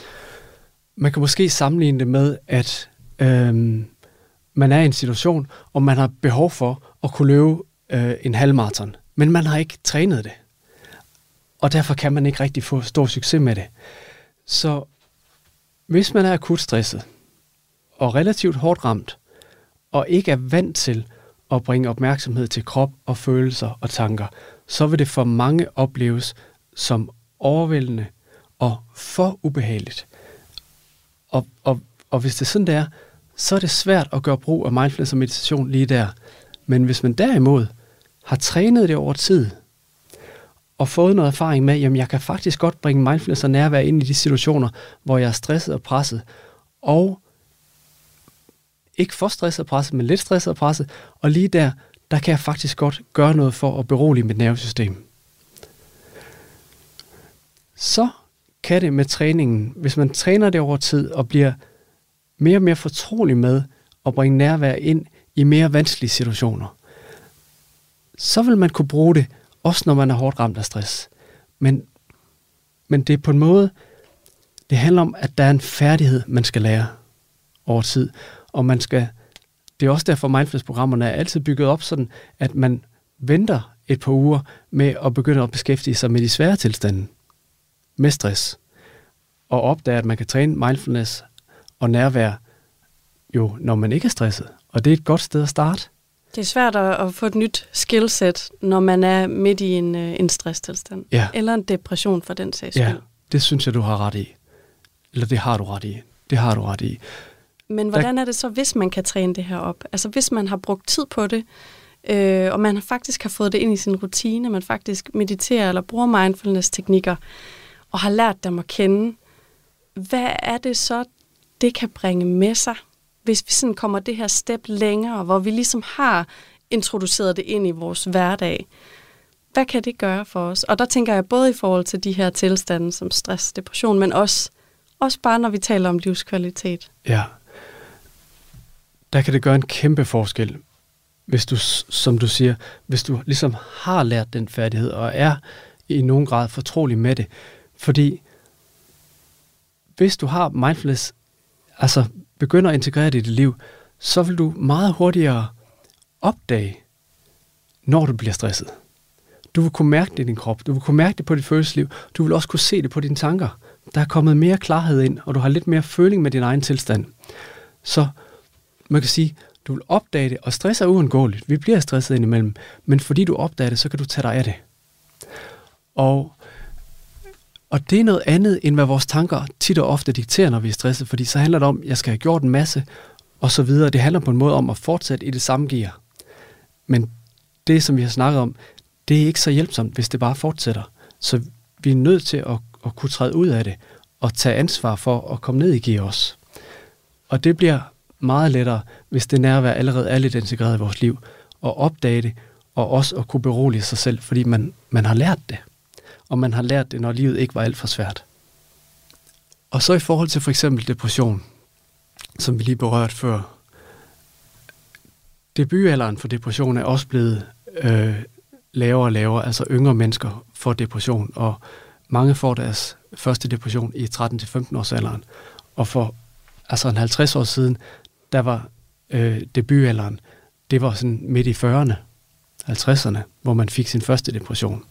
Man kan måske sammenligne det med, at øhm, man er i en situation, og man har behov for at kunne løbe øh, en halvmaraton, men man har ikke trænet det. Og derfor kan man ikke rigtig få stor succes med det. Så hvis man er akut stresset, og relativt hårdt ramt, og ikke er vant til at bringe opmærksomhed til krop og følelser og tanker, så vil det for mange opleves som overvældende og for ubehageligt. Og, og, og hvis det sådan der, så er det svært at gøre brug af mindfulness og meditation lige der. Men hvis man derimod har trænet det over tid, og fået noget erfaring med, jamen jeg kan faktisk godt bringe mindfulness og nærvær ind i de situationer, hvor jeg er stresset og presset, og ikke for stresset og presset, men lidt stresset og presset, og lige der, der kan jeg faktisk godt gøre noget for at berolige mit nervesystem. Så kan det med træningen, hvis man træner det over tid og bliver mere og mere fortrolig med at bringe nærvær ind i mere vanskelige situationer, så vil man kunne bruge det, også når man er hårdt ramt af stress. Men, men det er på en måde, det handler om, at der er en færdighed, man skal lære over tid. Og man skal, det er også derfor, mindfulness-programmerne er altid bygget op sådan, at man venter et par uger med at begynde at beskæftige sig med de svære tilstande, med stress, og opdage, at man kan træne mindfulness og nærvær, jo, når man ikke er stresset. Og det er et godt sted at starte. Det er svært at få et nyt skillset, når man er midt i en, en stresstilstand. Ja. Eller en depression for den sags skyld. Ja, det synes jeg, du har ret i. Eller det har du ret i. Det har du ret i. Men hvordan er det så, hvis man kan træne det her op? Altså hvis man har brugt tid på det, øh, og man faktisk har fået det ind i sin rutine, man faktisk mediterer eller bruger mindfulness-teknikker, og har lært dem at kende, hvad er det så, det kan bringe med sig, hvis vi sådan kommer det her step længere, hvor vi ligesom har introduceret det ind i vores hverdag? Hvad kan det gøre for os? Og der tænker jeg både i forhold til de her tilstande som stress, depression, men også, også bare når vi taler om livskvalitet. Ja. Der kan det gøre en kæmpe forskel, hvis du, som du siger, hvis du ligesom har lært den færdighed, og er i nogen grad fortrolig med det. Fordi hvis du har mindfulness, altså begynder at integrere det i dit liv, så vil du meget hurtigere opdage, når du bliver stresset. Du vil kunne mærke det i din krop, du vil kunne mærke det på dit følelsesliv, du vil også kunne se det på dine tanker. Der er kommet mere klarhed ind, og du har lidt mere føling med din egen tilstand. Så man kan sige, du vil opdage det, og stress er uundgåeligt. Vi bliver stresset indimellem, men fordi du opdager det, så kan du tage dig af det. Og, og det er noget andet, end hvad vores tanker tit og ofte dikterer, når vi er stresset, fordi så handler det om, at jeg skal have gjort en masse, og så videre. Det handler på en måde om at fortsætte i det samme gear. Men det, som vi har snakket om, det er ikke så hjælpsomt, hvis det bare fortsætter. Så vi er nødt til at, at kunne træde ud af det og tage ansvar for at komme ned i gear også. Og det bliver meget lettere, hvis det nærvær allerede er lidt integreret i vores liv, og opdage det, og også at kunne berolige sig selv, fordi man, man har lært det. Og man har lært det, når livet ikke var alt for svært. Og så i forhold til for eksempel depression, som vi lige berørte før. Debutalderen for depression er også blevet øh, lavere og lavere, altså yngre mennesker får depression, og mange får deres første depression i tretten til femten års alderen. Og for altså en halvtreds år siden, der var øh, debutalderen, det var sådan midt i fyrrerne, halvtredserne, hvor man fik sin første depression.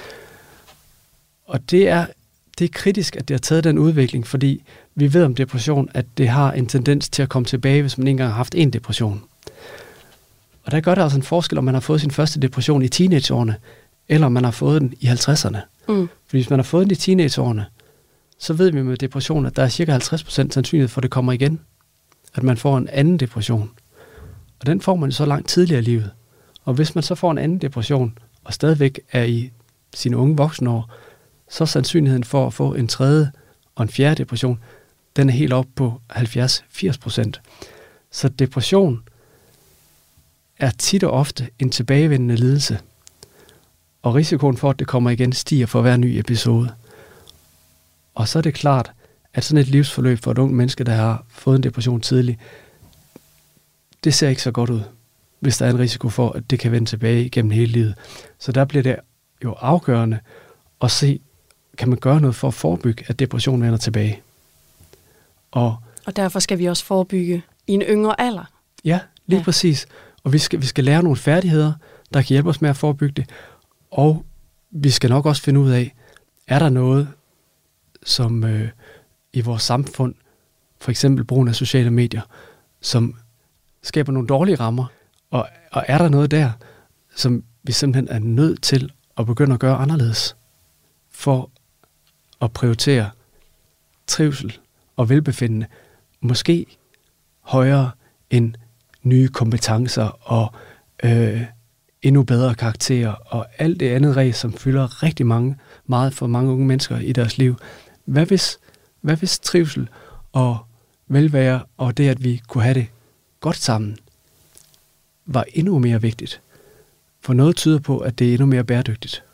Og det er, det er kritisk, at det har taget den udvikling, fordi vi ved om depression, at det har en tendens til at komme tilbage, hvis man ikke engang har haft en depression. Og der gør det altså en forskel, om man har fået sin første depression i teenageårene, eller om man har fået den i halvtredserne. Mm. Fordi hvis man har fået den i teenageårene, så ved vi med depression, at der er cirka halvtreds procent sandsynlighed for, at det kommer igen. At man får en anden depression. Og den får man så langt tidligere i livet. Og hvis man så får en anden depression, og stadigvæk er i sine unge voksenår, så er sandsynligheden for at få en tredje og en fjerde depression, den er helt op på halvfjerds til firs procent. Så depression er tit og ofte en tilbagevendende lidelse. Og risikoen for, at det kommer igen, stiger for hver ny episode. Og så er det klart, at sådan et livsforløb for et ungt menneske, der har fået en depression tidligt, det ser ikke så godt ud, hvis der er en risiko for, at det kan vende tilbage igennem hele livet. Så der bliver det jo afgørende at se, kan man gøre noget for at forebygge, at depressionen vender tilbage. Og, og derfor skal vi også forebygge i en yngre alder. Ja, lige ja. præcis. Og vi skal, vi skal lære nogle færdigheder, der kan hjælpe os med at forebygge det. Og vi skal nok også finde ud af, er der noget, som øh, i vores samfund, for eksempel brugen af sociale medier, som skaber nogle dårlige rammer, og, og er der noget der, som vi simpelthen er nødt til at begynde at gøre anderledes, for at prioritere trivsel og velbefindende, måske højere end nye kompetencer og øh, endnu bedre karakterer og alt det andet ræs, som fylder rigtig mange, meget for mange unge mennesker i deres liv. Hvad hvis, hvad hvis trivsel og velvære og det, at vi kunne have det godt sammen, var endnu mere vigtigt? For noget tyder på, at det er endnu mere bæredygtigt.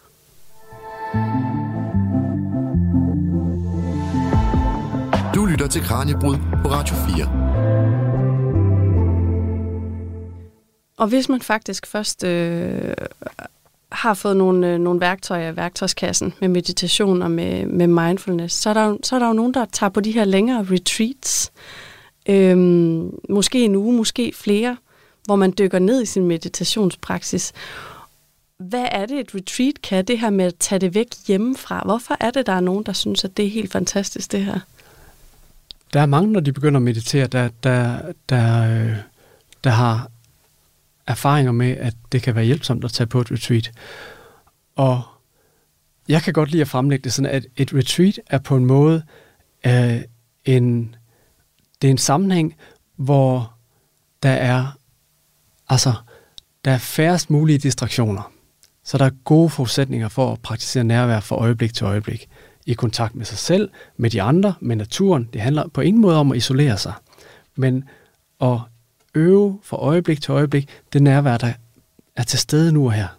Du lytter til Kraniebrud på Radio fire. Og hvis man faktisk først øh, har fået nogle, øh, nogle værktøjer i værktøjskassen med meditation og med, med mindfulness, så er, der, så er der jo nogen, der tager på de her længere retreats. Øhm, måske en uge, måske flere, hvor man dykker ned i sin meditationspraksis. Hvad er det, et retreat kan? Det her med at tage det væk hjemmefra. Hvorfor er det, der er nogen, der synes, at det er helt fantastisk, det her? Der er mange, når de begynder at meditere, der, der, der, øh, der har erfaringer med, at det kan være hjælpsomt at tage på et retreat. Og jeg kan godt lide at fremlægge det sådan, at et retreat er på en måde øh, en, det er en sammenhæng, hvor der er, altså, der er færrest mulige distraktioner. Så der er gode forudsætninger for at praktisere nærvær fra øjeblik til øjeblik. I kontakt med sig selv, med de andre, med naturen. Det handler på ingen måde om at isolere sig, men at øve fra øjeblik til øjeblik det nærvær, der er til stede nu og her.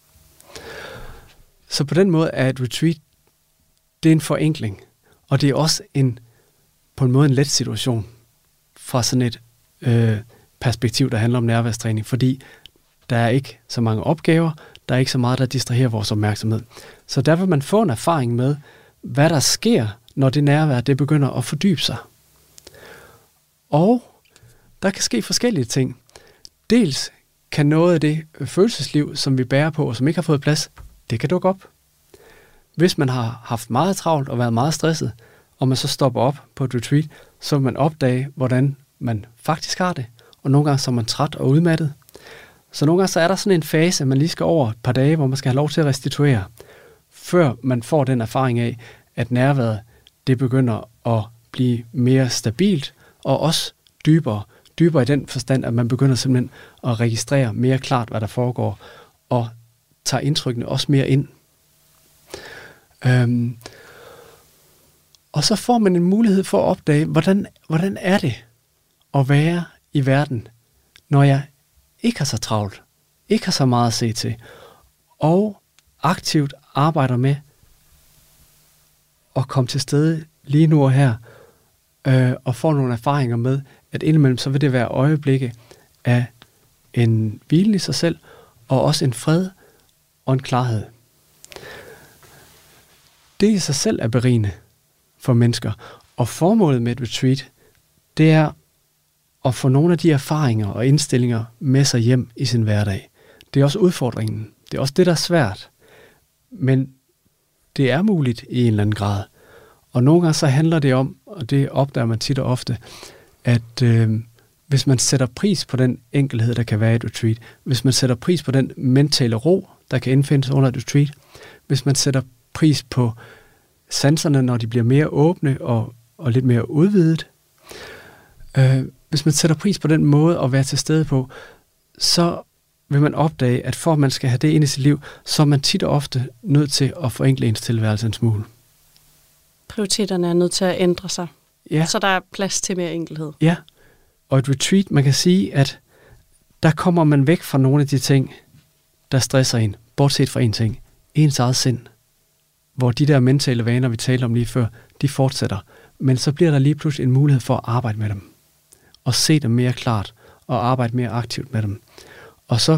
Så på den måde er et retreat, det er en forenkling, og det er også en, på en måde en let situation fra sådan et øh, perspektiv, der handler om nærværstræning, fordi der er ikke så mange opgaver, der er ikke så meget, der distraherer vores opmærksomhed. Så der vil man få en erfaring med, hvad der sker, når det nærvær, det begynder at fordybe sig. Og der kan ske forskellige ting. Dels kan noget af det følelsesliv, som vi bærer på, og som ikke har fået plads, det kan dukke op. Hvis man har haft meget travlt og været meget stresset, og man så stopper op på et retreat, så vil man opdage, hvordan man faktisk har det. Og nogle gange så er man træt og udmattet. Så nogle gange så er der sådan en fase, man lige skal over et par dage, hvor man skal have lov til at restituere, før man får den erfaring af, at nærværet, det begynder at blive mere stabilt, og også dybere. Dybere i den forstand, at man begynder simpelthen at registrere mere klart, hvad der foregår, og tager indtrykkene også mere ind. Øhm, og så får man en mulighed for at opdage, hvordan, hvordan er det at være i verden, når jeg ikke har så travlt, ikke har så meget at se til, og aktivt arbejder med at komme til stede lige nu og her, øh, og får nogle erfaringer med, at indimellem så vil det være øjeblikke af en hvile i sig selv, og også en fred og en klarhed. Det i sig selv er berigende for mennesker, og formålet med et retreat, det er at få nogle af de erfaringer og indstillinger med sig hjem i sin hverdag. Det er også udfordringen. Det er også det, der er svært. Men det er muligt i en eller anden grad. Og nogle gange så handler det om, og det opdager man tit og ofte, at øh, hvis man sætter pris på den enkelhed, der kan være i et retreat, hvis man sætter pris på den mentale ro, der kan indfindes under et retreat, hvis man sætter pris på sanserne, når de bliver mere åbne og, og lidt mere udvidet, øh, hvis man sætter pris på den måde at være til stede på, så vil man opdage, at for at man skal have det ind i sit liv, så er man tit og ofte nødt til at forenkle ens tilværelse en smule. Prioriteterne er nødt til at ændre sig, ja. Så der er plads til mere enkelhed. Ja, og et retreat, man kan sige, at der kommer man væk fra nogle af de ting, der stresser en, bortset fra en ting, ens eget sind, hvor de der mentale vaner, vi talte om lige før, de fortsætter, men så bliver der lige pludselig en mulighed for at arbejde med dem, og se dem mere klart, og arbejde mere aktivt med dem. Og så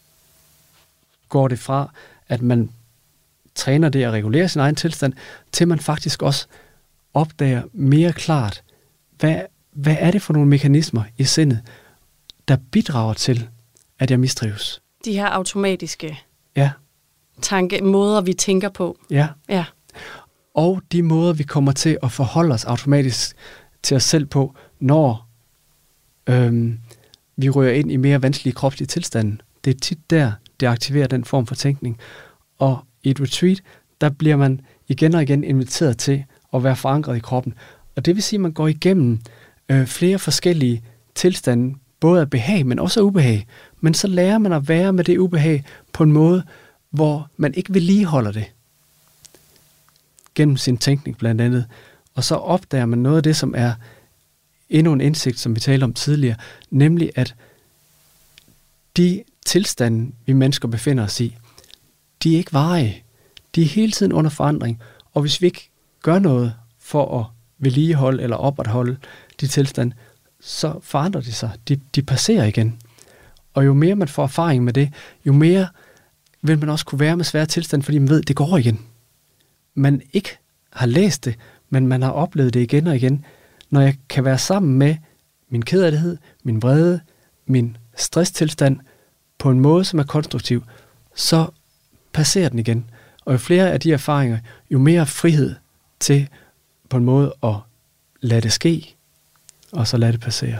går det fra, at man træner det at regulere sin egen tilstand, til man faktisk også opdager mere klart, hvad, hvad er det for nogle mekanismer i sindet, der bidrager til, at jeg mistrives. De her automatiske ja. tanke, måder, vi tænker på. Ja. ja. Og de måder, vi kommer til at forholde os automatisk til os selv på, når øhm, vi rører ind i mere vanskelige kropslige tilstande. Det er tit der, det aktiverer den form for tænkning. Og i et retreat, der bliver man igen og igen inviteret til at være forankret i kroppen. Og det vil sige, at man går igennem øh, flere forskellige tilstande, både af behag, men også af ubehag. Men så lærer man at være med det ubehag på en måde, hvor man ikke vedligeholder det. Gennem sin tænkning blandt andet. Og så opdager man noget af det, som er endnu en indsigt, som vi talte om tidligere, nemlig at de tilstande, vi mennesker befinder os i, de er ikke varige. De er hele tiden under forandring. Og hvis vi ikke gør noget for at vedligeholde eller opretholde de tilstande, så forandrer de sig. De, de passerer igen. Og jo mere man får erfaring med det, jo mere vil man også kunne være med svære tilstande, fordi man ved, at det går igen. Man ikke har læst det, men man har oplevet det igen og igen. Når jeg kan være sammen med min kederlighed, min vrede, min stresstilstand på en måde, som er konstruktiv, så passerer den igen. Og jo flere af de erfaringer, jo mere frihed til på en måde at lade det ske, og så lade det passere.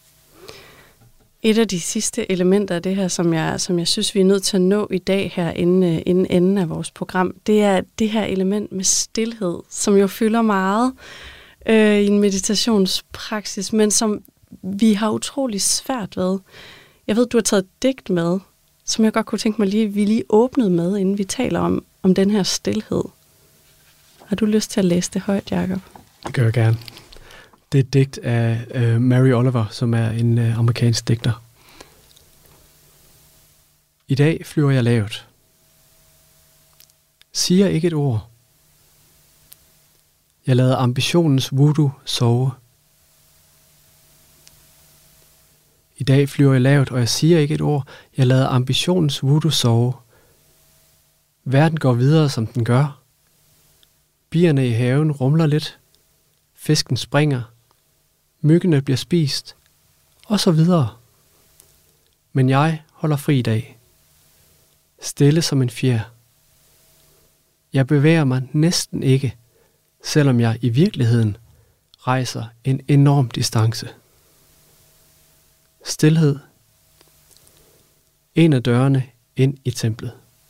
Et af de sidste elementer af det her, som jeg, som jeg synes, vi er nødt til at nå i dag her inden, inden enden af vores program, det er det her element med stilhed, som jo fylder meget øh, i en meditationspraksis, men som vi har utrolig svært ved. Jeg ved, du har taget et digt med, som jeg godt kunne tænke mig lige, vi lige åbnede med, inden vi taler om, om den her stilhed. Har du lyst til at læse det højt, Jacob? Det gør jeg gerne. Det er et digt af uh, Mary Oliver, som er en uh, amerikansk digter. I dag flyver jeg lavt. Siger ikke et ord. Jeg lader ambitionens voodoo sove. I dag flyver jeg lavt, og jeg siger ikke et ord. Jeg lader ambitionens voodoo sove. Verden går videre, som den gør. Bierne i haven rumler lidt. Fisken springer. Myggene bliver spist. Og så videre. Men jeg holder fri i dag. Stille som en fjer. Jeg bevæger mig næsten ikke, selvom jeg i virkeligheden rejser en enorm distance. Stilhed. En af dørene ind i templet.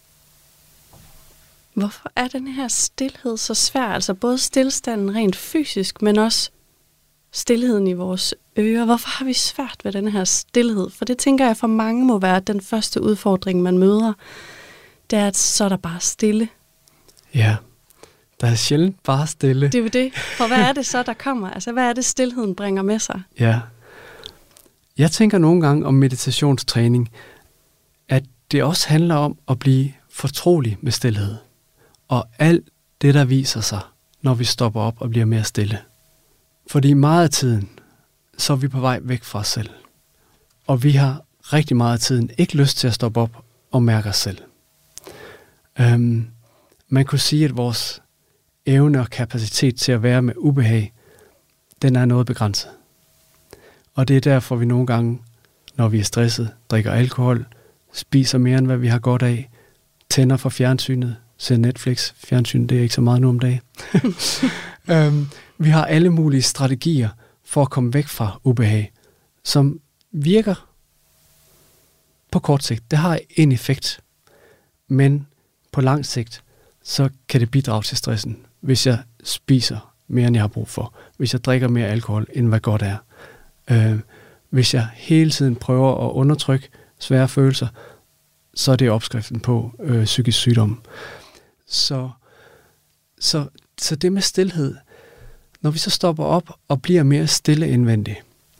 Hvorfor er den her stilhed så svær? Altså både stillstanden rent fysisk, men også stilheden i vores ører. Hvorfor har vi svært ved den her stilhed? For det tænker jeg for mange må være den første udfordring, man møder. Det er, at så er der bare stille. Ja, Der er sjældent bare stille. Det er jo det. For hvad er det så, der kommer? Altså, hvad er det, stilheden bringer med sig? Ja. Jeg tænker nogle gange om meditationstræning, at det også handler om at blive fortrolig med stilhed. Og alt det, der viser sig, når vi stopper op og bliver mere stille. Fordi meget af tiden, så er vi på vej væk fra os selv. Og vi har rigtig meget af tiden ikke lyst til at stoppe op og mærke os selv. Øhm, man kunne sige, at vores evne og kapacitet til at være med ubehag, den er noget begrænset. Og det er derfor, vi nogle gange, når vi er stresset, drikker alkohol, spiser mere end hvad vi har godt af, tænder for fjernsynet, ser Netflix. Fjernsyn, det er ikke så meget nu om dagen. øhm, vi har alle mulige strategier for at komme væk fra ubehag, som virker på kort sigt. Det har en effekt, men på lang sigt, så kan det bidrage til stressen, hvis jeg spiser mere, end jeg har brug for. Hvis jeg drikker mere alkohol, end hvad godt er. Øh, hvis jeg hele tiden prøver at undertrykke svære følelser, så er det opskriften på øh, psykisk sygdom. Så, så, så det med stilhed, når vi så stopper op og bliver mere stille indvendigt,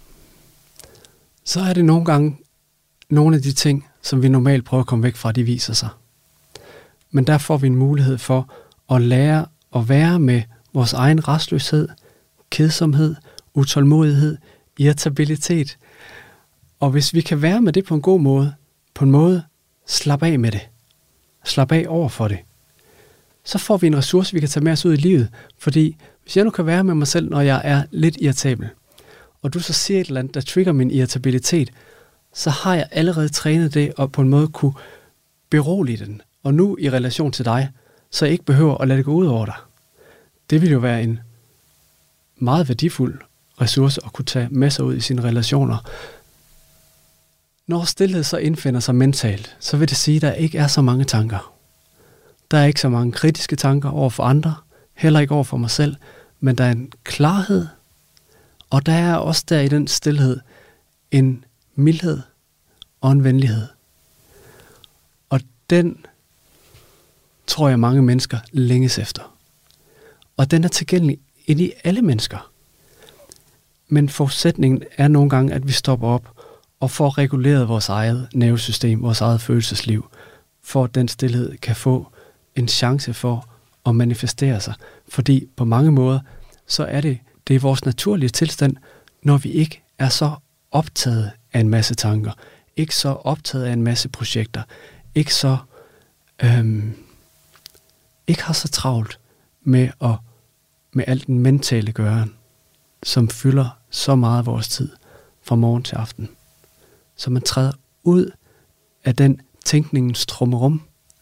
så er det nogle gange nogle af de ting, som vi normalt prøver at komme væk fra, de viser sig. Men der får vi en mulighed for at lære at være med vores egen rastløshed, kedsomhed, utålmodighed, irritabilitet. Og hvis vi kan være med det på en god måde, på en måde, slap af med det. Slap af over for det. Så får vi en ressource, vi kan tage med os ud i livet. Fordi hvis jeg nu kan være med mig selv, når jeg er lidt irritabel, og du så siger et eller andet, der trigger min irritabilitet, så har jeg allerede trænet det og på en måde kunne berolige den. Og nu i relation til dig, så jeg ikke behøver at lade det gå ud over dig. Det vil jo være en meget værdifuld ressource at kunne tage med sig ud i sine relationer. Når stillhed så indfinder sig mentalt, så vil det sige, at der ikke er så mange tanker. Der er ikke så mange kritiske tanker over for andre, heller ikke over for mig selv, men der er en klarhed, og der er også der i den stilhed en mildhed og en venlighed. Og den tror jeg mange mennesker længes efter. Og den er tilgængelig ind i alle mennesker. Men forudsætningen er nogle gange, at vi stopper op og får reguleret vores eget nervesystem, vores eget følelsesliv, for at den stilhed kan få en chance for at manifestere sig. Fordi på mange måder, så er det, det er vores naturlige tilstand, når vi ikke er så optaget af en masse tanker, ikke så optaget af en masse projekter, ikke så øhm, ikke har så travlt med at med alt den mentale gøren, som fylder så meget af vores tid fra morgen til aften. Så man træder ud af den tænkningens trummerum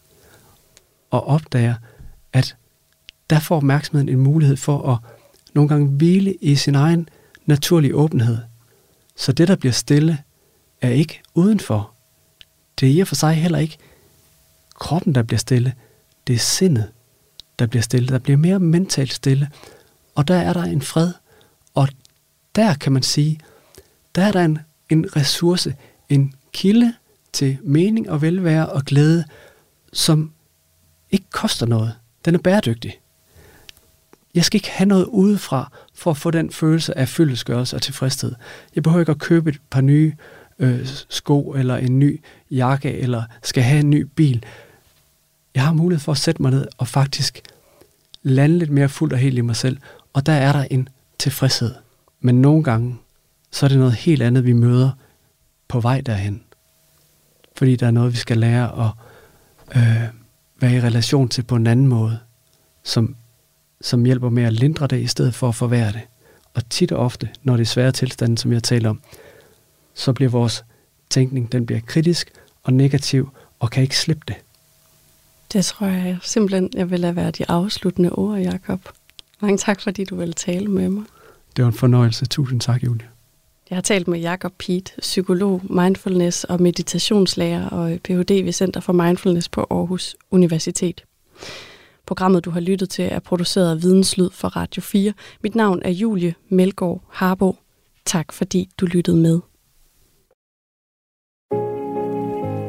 og opdager, at der får opmærksomheden en mulighed for at nogle gange hvile i sin egen naturlige åbenhed. Så det, der bliver stille, er ikke udenfor. Det er i og for sig heller ikke kroppen, der bliver stille. Det er sindet, der bliver stille. Der bliver mere mentalt stille. Og der er der en fred. Og der kan man sige, der er der en, en ressource, en kilde til mening og velvære og glæde, som ikke koster noget. Den er bæredygtig. Jeg skal ikke have noget udefra for at få den følelse af fyldestgørelse og tilfredshed. Jeg behøver ikke at købe et par nye øh, sko eller en ny jakke eller skal have en ny bil. Jeg har mulighed for at sætte mig ned og faktisk lande lidt mere fuldt og helt i mig selv. Og der er der en tilfredshed. Men nogle gange, så er det noget helt andet, vi møder på vej derhen. Fordi der er noget, vi skal lære at øh, være i relation til på en anden måde, som, som hjælper med at lindre det, i stedet for at forværre det. Og tit og ofte, når det er svære tilstande, som jeg taler om, så bliver vores tænkning, den bliver kritisk og negativ, og kan ikke slippe det. Det tror jeg simpelthen, jeg vil lade være de afsluttende ord, Jakob. Mange tak, fordi du ville tale med mig. Det var en fornøjelse. Tusind tak, Julie. Jeg har talt med Jakob Piet, psykolog, mindfulness og meditationslærer og P H D ved Center for Mindfulness på Aarhus Universitet. Programmet, du har lyttet til, er produceret af Videnslyd for Radio fire. Mit navn er Julie Melgaard Harbo. Tak fordi du lyttede med.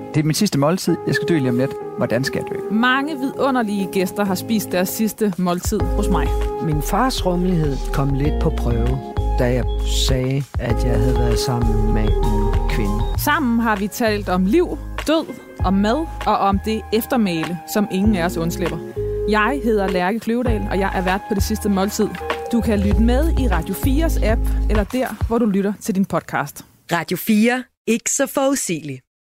Det er min sidste måltid. Jeg skal dø lige om lidt. Hvordan skal jeg dø? Mange vidunderlige gæster har spist deres sidste måltid hos mig. Min fars rummelighed kom lidt på prøve, da jeg sagde, at jeg havde været sammen med en kvinde. Sammen har vi talt om liv, død, om mad og om det eftermæle, som ingen af os undslipper. Jeg hedder Lærke Kløvedal, og jeg er vært på Det Sidste Måltid. Du kan lytte med i Radio fires app, eller der, hvor du lytter til din podcast. Radio fire. Ikke så forudsigeligt.